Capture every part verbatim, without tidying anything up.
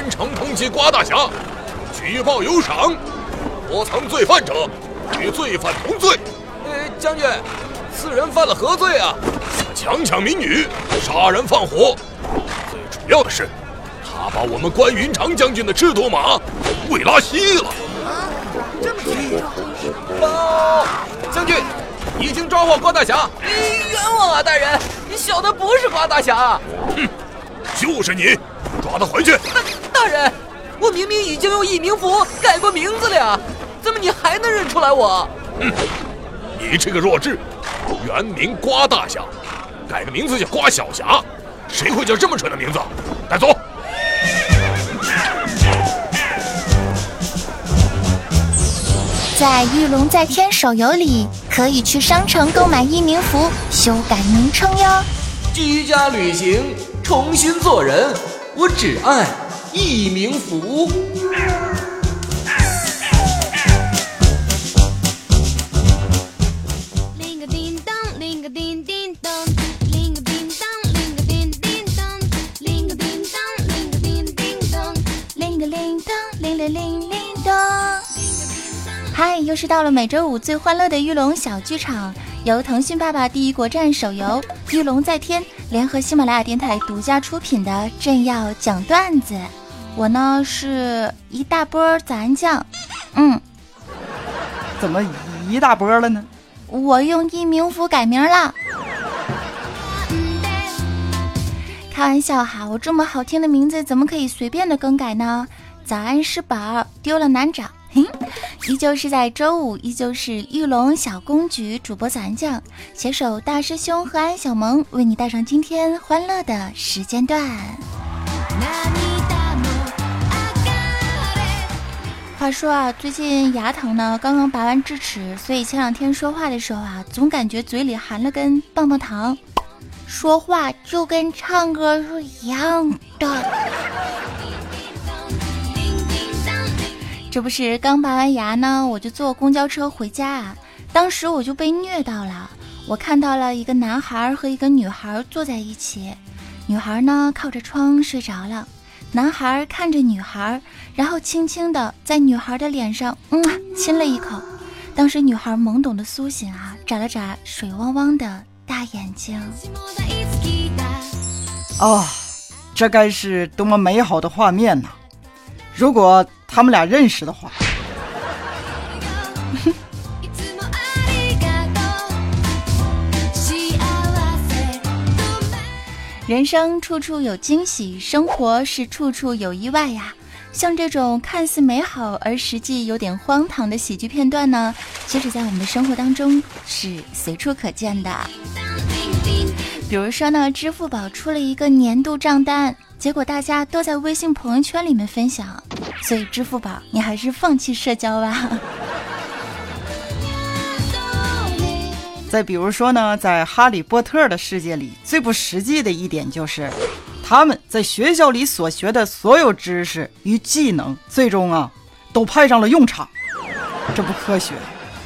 严惩通缉瓜大侠，举报有赏，躲藏罪犯者与罪犯同罪。 呃，将军，此人犯了何罪啊？ 强抢民女，杀人放火。最主要的是，他把我们关云长将军的赤兔马给拉稀了。 啊，这么严重？ 报，将军，已经抓获瓜大侠。冤枉啊，大人！你小的不是瓜大侠。 哼，就是你，抓他回去。 大大人，我明明已经用义民符改过名字了呀，怎么你还能认出来我？ 哼，你这个弱智，原名瓜大侠，改个名字叫瓜小侠，谁会叫这么蠢的名字？带走。 在《御龙在天》手游里，可以去商城购买义民符，修改名称哟。 居家旅行，重新做人，我只爱义民符。 铃个叮当，铃个叮叮当，铃个叮当，铃个叮叮当，铃个叮当，铃个叮叮当， 铃个铃当，铃铃铃铃当。嗨，又是到了每周五最欢乐的御龙小剧场，由腾讯爸爸第一国战手游《御龙在天》联合喜马拉雅电台独家出品的正要讲段子。我呢是一大波早安酱，嗯， 怎么一大波了呢？ 我用义民符改名了。开玩笑哈，我这么好听的名字怎么可以随便的更改呢？早安是宝，丢了难找。依旧是在周五，依旧是御龙小公举主播早安酱携手大师兄和安小萌为你带上今天欢乐的时间段。话说啊，最近牙疼呢，刚刚拔完智齿，所以前两天说话的时候啊，总感觉嘴里含了根棒棒糖，说话就跟唱歌是一样的。这不是刚拔完牙呢，我就坐公交车回家啊，当时我就被虐到了。我看到了一个男孩和一个女孩坐在一起，女孩呢靠着窗睡着了，男孩看着女孩，然后轻轻的在女孩的脸上嗯亲了一口。当时女孩懵懂的苏醒啊，眨了眨水汪汪的大眼睛。 哦，这该是多么美好的画面呢！如果他们俩认识的话。 人生处处有惊喜，生活是处处有意外呀。像这种看似美好而实际有点荒唐的喜剧片段呢，其实在我们的生活当中是随处可见的。比如说呢，支付宝出了一个年度账单，结果大家都在微信朋友圈里面分享，所以支付宝你还是放弃社交吧。 再比如说呢，在哈利波特的世界里，最不实际的一点就是他们在学校里所学的所有知识与技能最终啊都派上了用场，这不科学。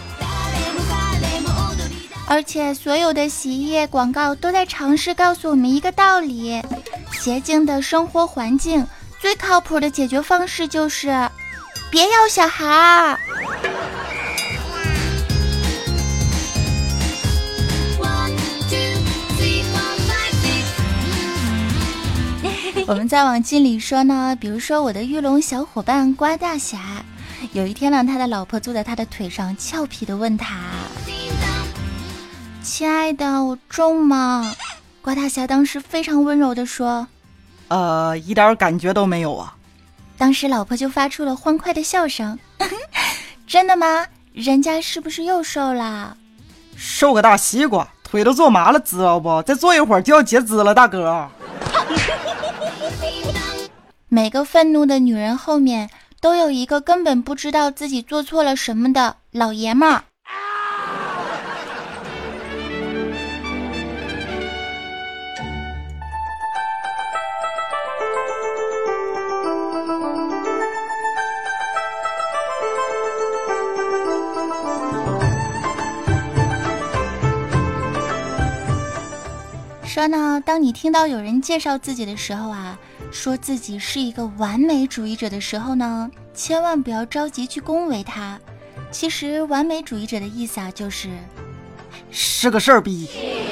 而且所有的洗衣液广告都在尝试告诉我们一个道理，洁净的生活环境最靠谱的解决方式就是别要小孩。我们再往近里说呢，比如说我的御龙小伙伴瓜大侠，有一天呢，他的老婆坐在他的腿上，俏皮地问他：亲爱的，我重吗？瓜大侠当时非常温柔地说： 呃，一点感觉都没有啊。 当时老婆就发出了欢快的笑声。真的吗？人家是不是又瘦了？ 瘦个大西瓜，腿都坐麻了，知道不？再坐一会儿就要截肢了，大哥。 每个愤怒的女人后面都有一个根本不知道自己做错了什么的老爷们儿。说呢，当你听到有人介绍自己的时候啊， 说自己是一个完美主义者的时候呢，千万不要着急去恭维他。其实完美主义者的意思啊，就是是个事儿逼。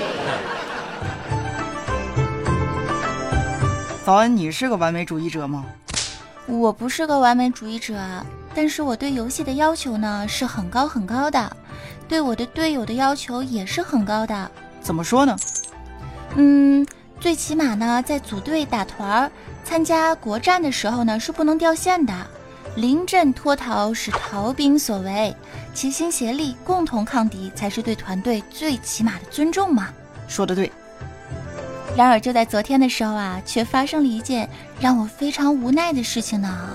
早安，你是个完美主义者吗？ 我不是个完美主义者，但是我对游戏的要求呢是很高很高的，对我的队友的要求也是很高的。 怎么说呢？ 嗯，最起码呢，在组队打团、参加国战的时候呢，是不能掉线的。临阵脱逃是逃兵所为，齐心协力，共同抗敌，才是对团队最起码的尊重嘛。 说得对。 然而就在昨天的时候啊，却发生了一件让我非常无奈的事情呢。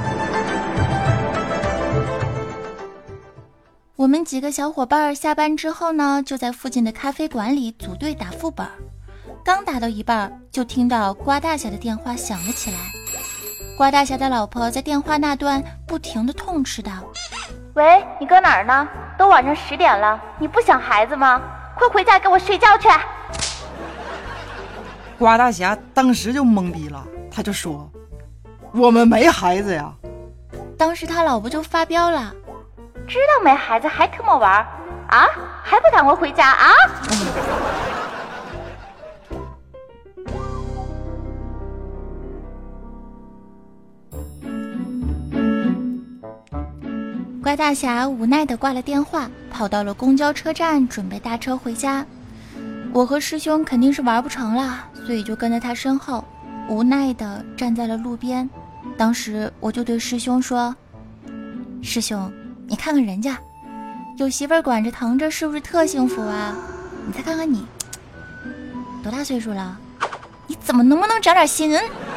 我们几个小伙伴下班之后呢，就在附近的咖啡馆里组队打副本。刚打到一半，就听到瓜大侠的电话响了起来。瓜大侠的老婆在电话那端不停地痛斥道：喂，你搁哪儿呢？都晚上十点了，你不想孩子吗？快回家给我睡觉去！ 瓜大侠当时就懵逼了，他就说：我们没孩子呀。 当时他老婆就发飙了：知道没孩子还特么玩啊？还不赶快回家啊！瓜大侠无奈地挂了电话，跑到了公交车站，准备搭车回家。我和师兄肯定是玩不成了，所以就跟在他身后，无奈地站在了路边。当时我就对师兄说：师兄，你看看人家有媳妇儿管着疼着，是不是特幸福啊？你再看看你，多大岁数了？你怎么能不能长点心？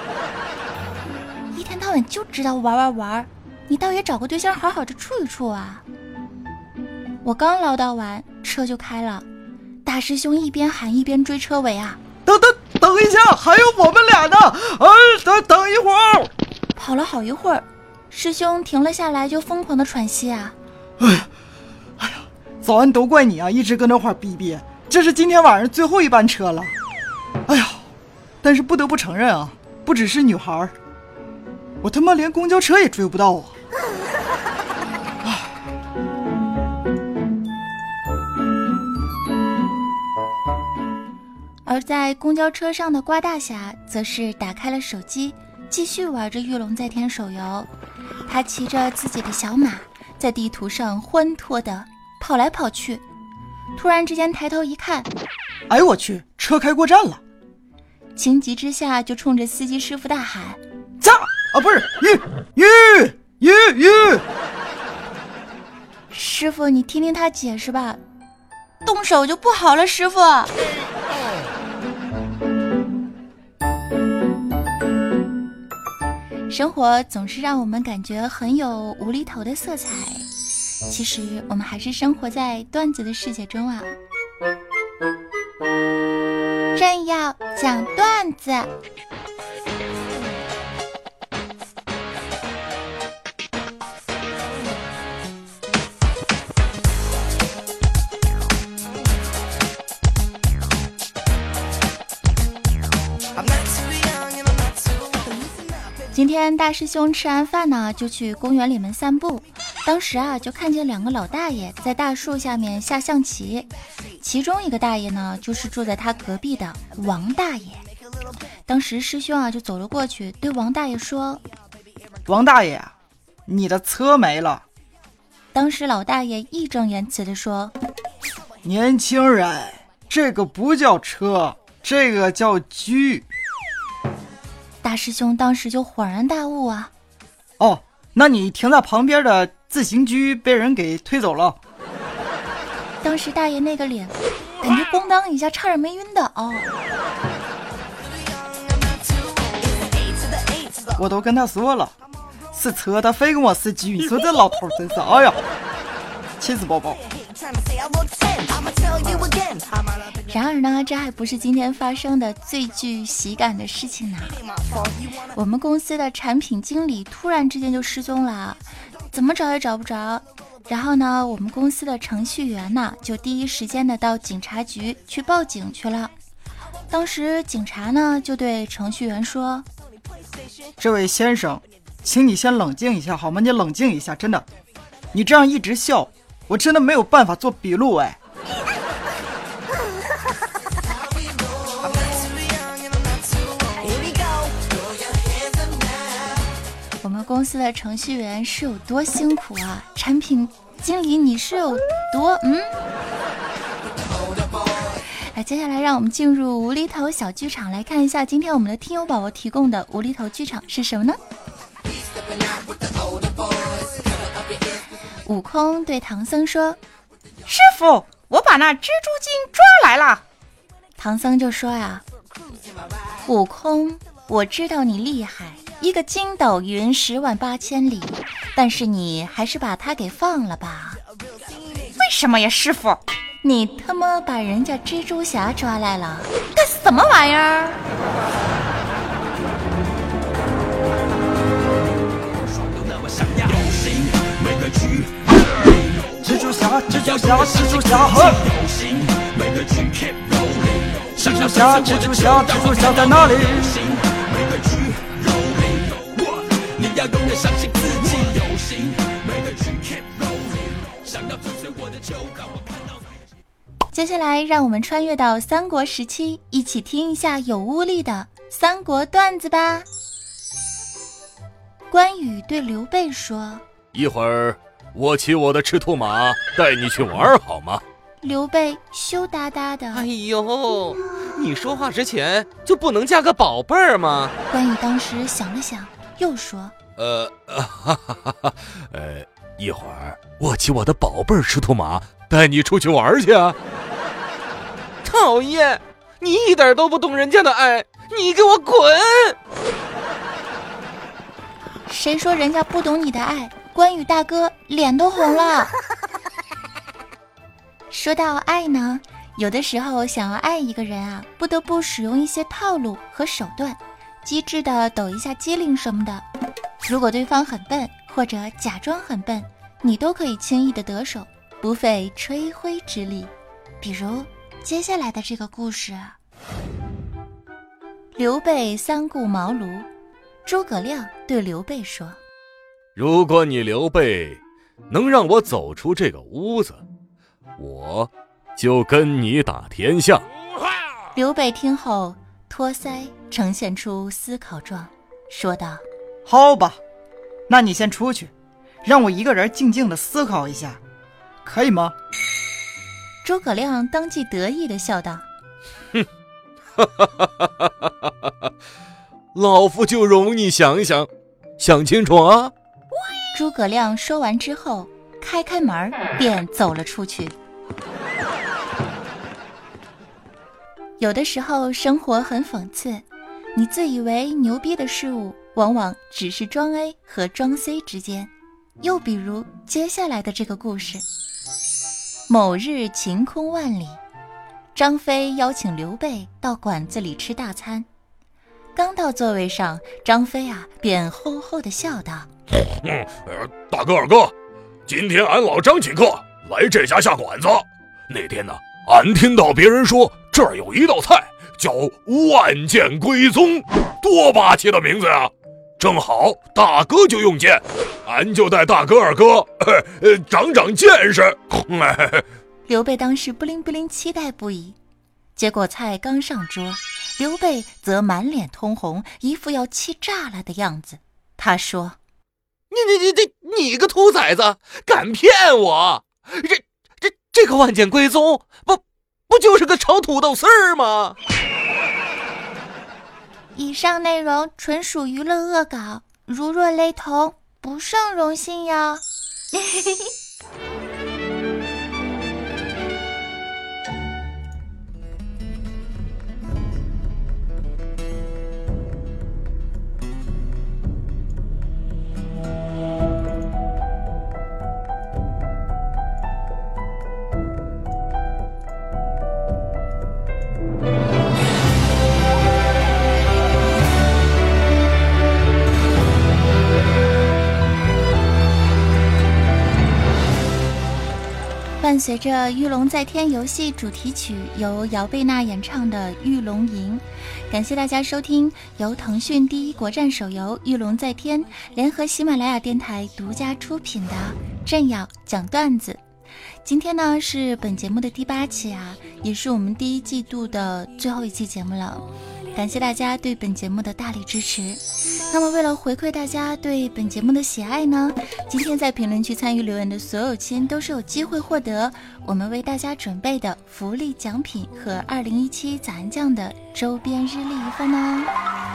一天到晚就知道玩玩玩，你倒也找个对象好好的处一处啊！我刚唠叨完，车就开了。大师兄一边喊一边追车尾啊！ 等等等一下，还有我们俩呢！哎，等等一会儿。 跑了好一会儿，师兄停了下来，就疯狂的喘息啊！ 哎呀，哎呀，早安都怪你啊，一直搁那块逼逼。这是今天晚上最后一班车了。哎呀，但是不得不承认啊，不只是女孩，我他妈连公交车也追不到啊！ 而在公交车上的瓜大侠则是打开了手机，继续玩着御龙在天手游。他骑着自己的小马，在地图上欢脱的跑来跑去。突然之间抬头一看， 哎我去，车开过站了！ 情急之下就冲着司机师傅大喊： 驾！啊不是，吁吁吁吁！ 师傅，你听听他解释吧，动手就不好了，师傅。生活总是让我们感觉很有无厘头的色彩，其实我们还是生活在段子的世界中啊。正要讲段子。今天大师兄吃完饭呢，就去公园里面散步。当时啊，就看见两个老大爷在大树下面下象棋，其中一个大爷呢，就是住在他隔壁的王大爷。当时师兄啊，就走了过去，对王大爷说： 王大爷，你的车没了。 当时老大爷义正言辞地说： 年轻人，这个不叫车，这个叫车。 大师兄当时就恍然大悟啊！ 哦，那你停在旁边的自行车被人给推走了。 当时大爷那个脸，感觉咣当一下差点没晕倒。哦， 我都跟他说了，是车他非跟我是车，你说这老头真是，哎呀，气死宝宝。 然而呢，这还不是今天发生的最具喜感的事情呢。我们公司的产品经理突然之间就失踪了，怎么找也找不着。然后呢，我们公司的程序员呢，就第一时间的到警察局去报警去了。当时警察呢，就对程序员说： 这位先生，请你先冷静一下好吗？你冷静一下，真的，你这样一直笑，我真的没有办法做笔录哎。 我们公司的程序员是有多辛苦啊？产品经理你是有多嗯？来，接下来让我们进入无厘头小剧场，来看一下今天我们的听友宝宝提供的无厘头剧场是什么呢？悟空对唐僧说：“ 师傅，我把那蜘蛛精抓来了。” 唐僧就说呀：“悟空，我知道你厉害，一个筋斗云十万八千里，但是你还是把它给放了吧。” 为什么呀，师傅？ 你他妈把人家蜘蛛侠抓来了，干什么玩意儿？ 蜘蛛侠，蜘蛛侠，蜘蛛侠，呵！蜘蛛侠，蜘蛛侠，蜘蛛侠在哪里？你要永远相信自己有型，每个剧 keep rolling， 想要追随我的就让我看到。 接下来让我们穿越到三国时期，一起听一下有污力的三国段子吧。关羽对刘备说：“ 一会儿我骑我的赤兔马带你去玩好吗？” 刘备羞答答的。 哎呦，你说话之前就不能加个宝贝儿吗？ 关羽当时想了想，又说：“ 呃，哈哈哈哈，呃，一会儿我骑我的宝贝儿赤兔马带你出去玩去啊！” 讨厌，你一点都不懂人家的爱，你给我滚！ 谁说人家不懂你的爱？关羽大哥脸都红了。说到爱呢，有的时候想要爱一个人啊，不得不使用一些套路和手段，机智的抖一下机灵什么的。如果对方很笨，或者假装很笨，你都可以轻易的得手，不费吹灰之力。比如接下来的这个故事，刘备三顾茅庐，诸葛亮对刘备说：“ 如果你刘备能让我走出这个屋子，我就跟你打天下。” 刘备听后托腮呈现出思考状，说道：“ 好吧，那你先出去，让我一个人静静的思考一下，可以吗？” 诸葛亮当即得意地笑道：“ 哼，哈哈哈哈哈哈！老夫就容你想想，想清楚啊！” 诸葛亮说完之后，开开门便走了出去。有的时候生活很讽刺，你自以为牛逼的事物，往往只是装 A 和装 C 之间。又比如接下来的这个故事。某日晴空万里，张飞邀请刘备到馆子里吃大餐。刚到座位上，张飞啊便吼吼地笑道：“ 嗯，呃，大哥二哥，今天俺老张请客来这家下馆子。那天呢，俺听到别人说这儿有一道菜叫万剑归宗，多霸气的名字呀！正好大哥就用剑，俺就带大哥二哥呃呃长长见识。” 刘备当时不灵不灵期待不已，结果菜刚上桌，刘备则满脸通红，一副要气炸了的样子。他说：“ 你你你你你个兔崽子，敢骗我！这这这个万剑归宗，不不就是个炒土豆丝儿吗？” 以上内容纯属娱乐恶搞，如若雷同，不胜荣幸呀。 伴随着《御龙在天》游戏主题曲由姚贝娜演唱的《御龙吟》，感谢大家收听由腾讯第一国战手游《御龙在天》联合喜马拉雅电台独家出品的正耀讲段子。今天呢是本节目的第八期啊，也是我们第一季度的最后一期节目了。感谢大家对本节目的大力支持。那么为了回馈大家对本节目的喜爱呢，今天在评论区参与留言的所有亲都是有机会获得我们为大家准备的福利奖品和二零一七早安酱的周边日历一份哦。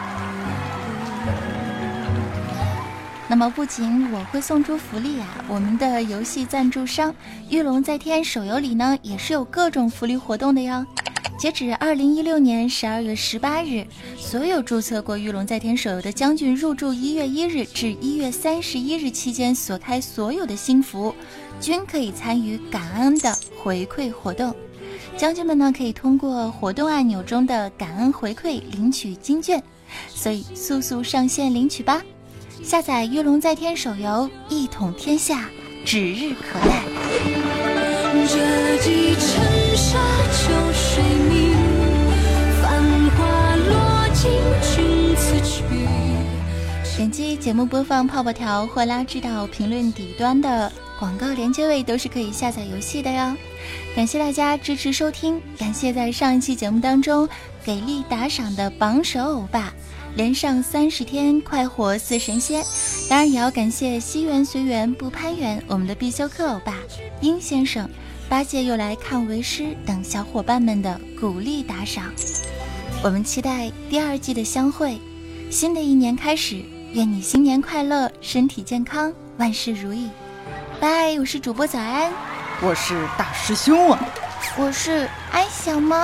那么不仅我会送出福利啊，我们的游戏赞助商御龙在天手游里呢也是有各种福利活动的哟。截止二零一六年十二月十八日，所有注册过御龙在天手游的将军入驻一月一日至一月三十一日期间所开所有的新服，均可以参与感恩的回馈活动。将军们呢可以通过活动按钮中的感恩回馈领取金券，所以速速上线领取吧！下载御龙在天手游，一统天下，指日可待。 这几尘沙旧水明，繁华落尽君此去。 点击节目播放泡泡条或拉至到评论底端的广告连接位都是可以下载游戏的哟。感谢大家支持收听，感谢在上一期节目当中给力打赏的榜首欧巴，连上三十天快活似神仙。当然也要感谢西园随缘不攀缘，我们的必修课欧巴殷先生，八戒又来看为师等小伙伴们的鼓励打赏。我们期待第二季的相会。新的一年开始，愿你新年快乐，身体健康，万事如意。拜，我是主播早安， 我是大师兄啊， 我是安小萌。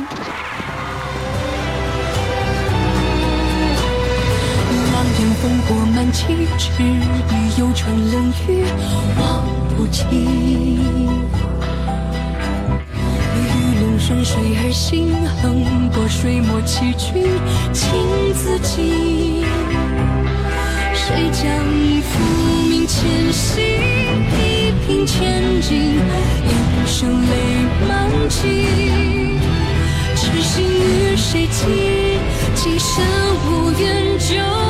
狼烟烽火满旗帜，与游船冷雨望不尽。鱼龙顺水而行，横过水墨棋局，情自尽。谁将浮名前行，一平千金，一生泪满襟。痴心与谁寄，今生无缘就